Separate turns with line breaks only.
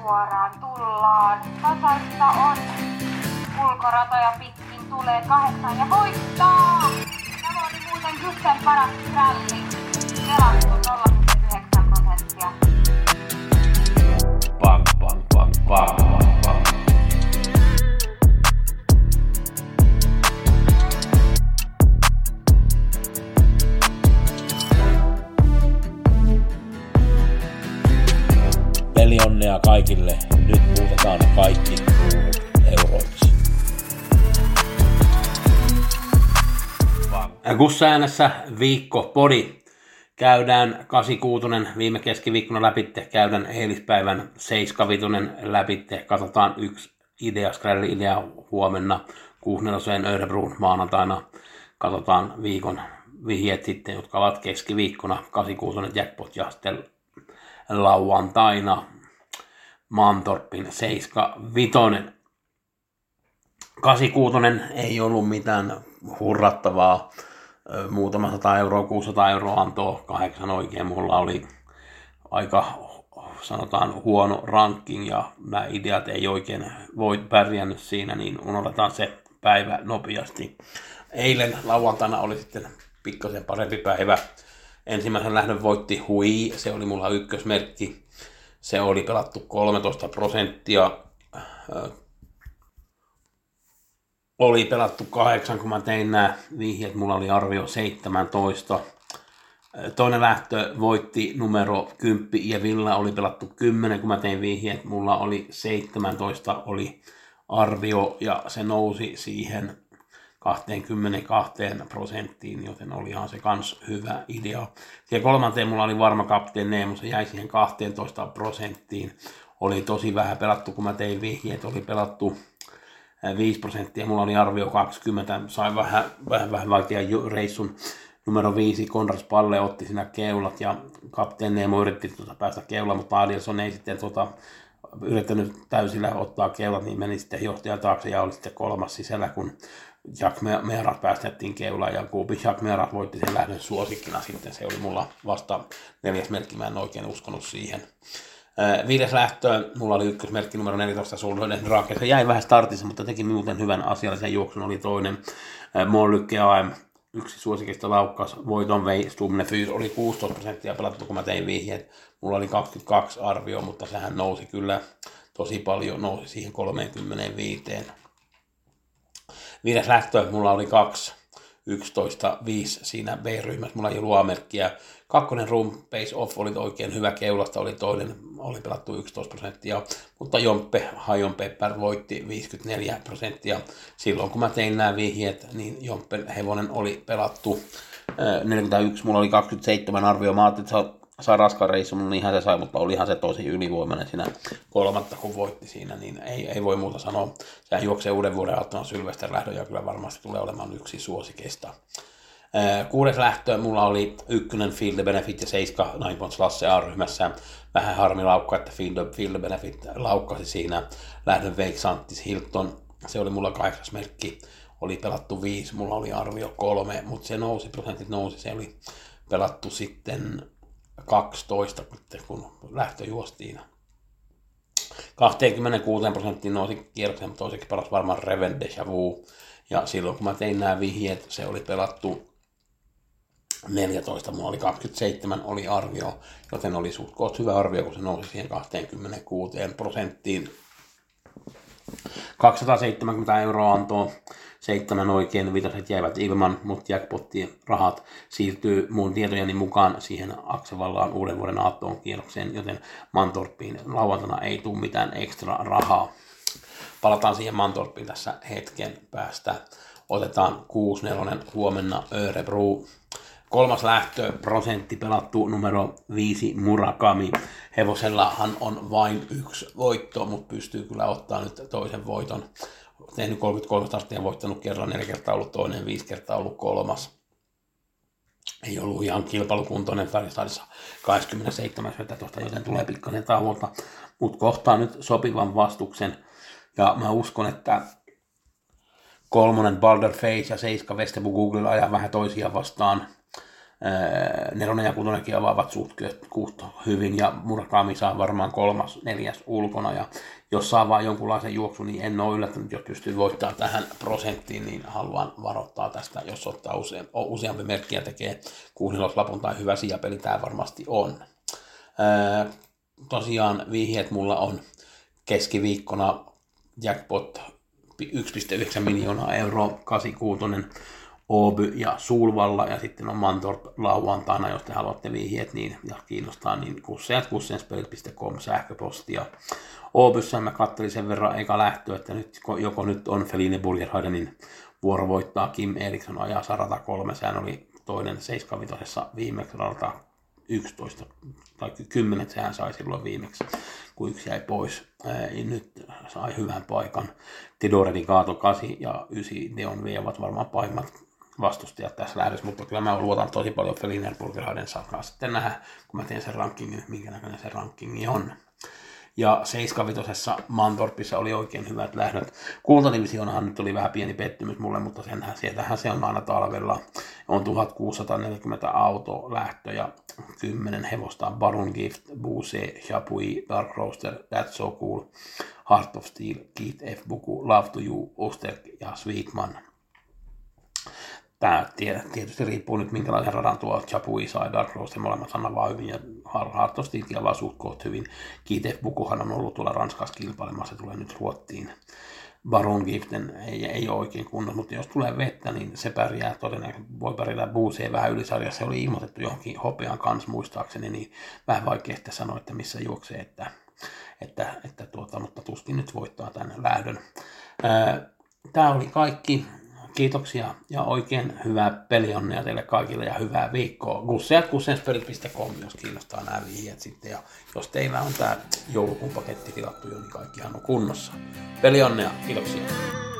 suoraan tullaan. Tasaista on. Ulkoratoja pitkin tulee 8 ja voittaa! Tämä oli muuten Kyssen paras ralli. Pelattu 0,9%.
Bang, bang, bang, bang, bang, bang. Pelionnea kaikille. Nyt muutetaan kaikki kruunut euroiksi. Kussa äänessä viikko podi. Käydään 86 viime keskiviikkona läpitte. Käydään eilispäivän 75 läpitte. Katsotaan yksi idea huomenna 64 Örebroon maanantaina. Katsotaan viikon vihjeet sitten, jotka ovat keskiviikkona 86 jackpot ja sitten lauantaina Mantorpin 75. 86 ei ollut mitään hurrattavaa. Muutama 100 euroa, 600 euroa antoi 8 oikein. Mulla oli aika, sanotaan, huono ranking ja nämä ideat ei oikein voi pärjännyt siinä, niin unohdetaan se päivä nopeasti. Eilen lauantaina oli sitten pikkasen parempi päivä. Ensimmäisen lähdön voitti Hui, se oli mulla ykkösmerkki. Se oli pelattu 13%. Oli pelattu 8, kun mä tein nämä vihjeet, mulla oli arvio 17. Toinen lähtö voitti numero 10 ja Villa oli pelattu 10, kun mä tein vihjeet, mulla oli 17, oli arvio ja se nousi siihen 22%, joten olihan se kans hyvä idea. Ja kolmanteen mulla oli varma kapteen Neemo, se jäi siihen 12%. Oli tosi vähän pelattu, kun mä tein vihjeet, oli pelattu 5%, mulla oli arvio 20, sain vähän vaikea reissun. Numero 5, Konras Palle otti siinä keulat ja kapteen Neemo yritti päästä keulaan, mutta Adilson ei sitten yrittänyt täysillä ottaa keulat, niin meni sitten johtajan taakse ja oli sitten kolmas sisällä, kun Jacques Merat päästettiin keulaan ja kun Jacques Merat voitti sen lähdön suosikkina sitten, se oli mulla vasta 4. merkki, mä en oikein uskonut siihen. 5. lähtö, mulla oli ykkösmerkki numero 14, Sulhoiden Drake, se jäi vähän startissa, mutta teki muuten hyvän asiallisen juoksun, oli toinen. Mollykke AM, yksi suosikista laukkas, voiton vei Stubne Fyr, oli 16% pelattu, kun mä tein vihjeet. Mulla oli 22 arvio, mutta sehän nousi kyllä tosi paljon, nousi siihen 35. 5. lähtö, mulla oli 2, 11, 5 siinä B-ryhmässä, mulla ei ollut A-merkkiä. 2. room pace off oli oikein hyvä keulasta, oli toinen, oli pelattu 11%, mutta Hajon Pepper voitti 54%. Silloin kun mä tein nämä vihjeet, niin Jomppen hevonen oli pelattu 41, mulla oli 27 arvio, mä ajattelin, että saa raskaan reissu, niin ihan se sai, mutta olihan se tosi ylivoimainen siinä kolmatta, kun voitti siinä, niin ei voi muuta sanoa. Sehän juoksee uuden vuoden aattona Sylvester lähdön ja kyllä varmasti tulee olemaan yksi suosikeista. 6. lähtö, mulla oli 1. Field Benefit ja 7 Nine Points Lasse A-ryhmässä. Vähän harmi laukka, että Field Benefit laukkasi siinä. Lähdön Wake Santis Hilton, se oli mulla 8. merkki, oli pelattu 5, mulla oli arvio 3, mutta se nousi, prosentit nousi, se oli pelattu sitten 12, kun lähtö juostiin. 26% nousi kierroksen, mutta toiseksi paras varmaan Reven Deja Vu. Ja silloin kun mä tein nämä vihjeet, se oli pelattu 14, mulla oli 27, oli arvio, joten oli suht hyvä arvio, kun se nousi siihen 26%. 270 euroa antoi, 7 oikein, vitoset jäivät ilman, mutta jackpottien rahat siirtyy mun tietojeni mukaan siihen Aksevallaan uuden vuoden aattoon kierrokseen, joten Mantorppiin lauantaina ei tule mitään ekstra rahaa. Palataan siihen Mantorppiin tässä hetken päästä. Otetaan 6-4 huomenna Örebro. 3. lähtö, prosentti pelattu numero 5 Murakami. Hevosellahan on vain 1 voitto, mutta pystyy kyllä ottaa nyt toisen voiton. Tehnyt 33 starttia, voittanut kerran, 4 kertaa ollut toinen, 5 kertaa ollut 3. Ei ollut ihan kilpailukuntoinen tarjostadissa 27.11, joten tulee pikkasen tauolta. Mutta kohtaa nyt sopivan vastuksen. Ja mä uskon, että 3. Balder Face ja 7 Vestebo Google ajaa vähän toisiaan vastaan. 4 ja 6 avaavat suht hyvin ja Murakami saa varmaan 3., 4. ulkona ja jos saa vaan jonkunlaisen juoksun, niin en ole yllättänyt, jos pystyy voittamaan tähän prosenttiin, niin haluan varoittaa tästä, jos ottaa useampi merkkiä tekee 6-4-lapun tai hyvä sijapeli, tämä varmasti on. Tosiaan vihjeet mulla on keskiviikkona jackpot 1,9 miljoonaa euroa, 86 Åby ja Sulvalla ja sitten on Mantorp lauantaina, jos te haluatte vihjeet niin, ja kiinnostaa, niin kussenspel.com sähköpostia. Åbyssä mä kattelin sen verran eikä lähtöä, että nyt on Feline Burgerhaidenin vuoro voittaa. Kim Eriksson ajaa 103, sehän oli toinen 75 viimeksi 11 tai 10, sehän sai silloin viimeksi, kun yksi jäi pois. Nyt sai hyvän paikan. Tidoredi kaato 8 ja 9 Deon V ovat varmaan pahimmat vastustajat tässä lähdössä, mutta kyllä mä luotan tosi paljon Feline Burgerhaiden saakka. Sitten nähdään, kun mä teen sen rankingin, minkä näköinen se rankingi on. Ja 75. Mantorpissa oli oikein hyvät lähdöt. Kultadivisionahan nyt oli vähän pieni pettymys mulle, mutta sieltähän se on aina talvella. On 1640 autolähtö ja 10 hevosta. Baron Gift, Buse, Chapuis, Dark Roaster, That's So Cool, Heart of Steel, Keith F. Buku, Love to You, Osterk ja Sweetman. Tämä tietysti riippuu nyt minkälaisen radan tuo Chapuis sai, Dark Roaster molemmat sanoo vaan hyvin ja Heart of Steel vaan suht koht hyvin. Keith F. Bukuhan on ollut tuolla Ranskassa kilpailemassa, se tulee nyt Ruottiin. Baron Giften ei ole oikein kunnossa, mutta jos tulee vettä, niin se pärjää todennäköisesti, voi pärjää Booseen vähän ylisarjassa. Se oli ilmoitettu johonkin hopean kanssa muistaakseni, niin vähän vaikea sitten sanoa, että missä juoksee, mutta tuskin nyt voittaa tämän lähdön. Tämä oli kaikki. Kiitoksia ja oikein hyvää pelionnea teille kaikille ja hyvää viikkoa. kussenspel.com, jos kiinnostaa nämä vihjeet sitten. Ja jos teillä on tämä joulukuun paketti tilattu jo, niin kaikkihan on kunnossa. Pelionnea, kiitoksia.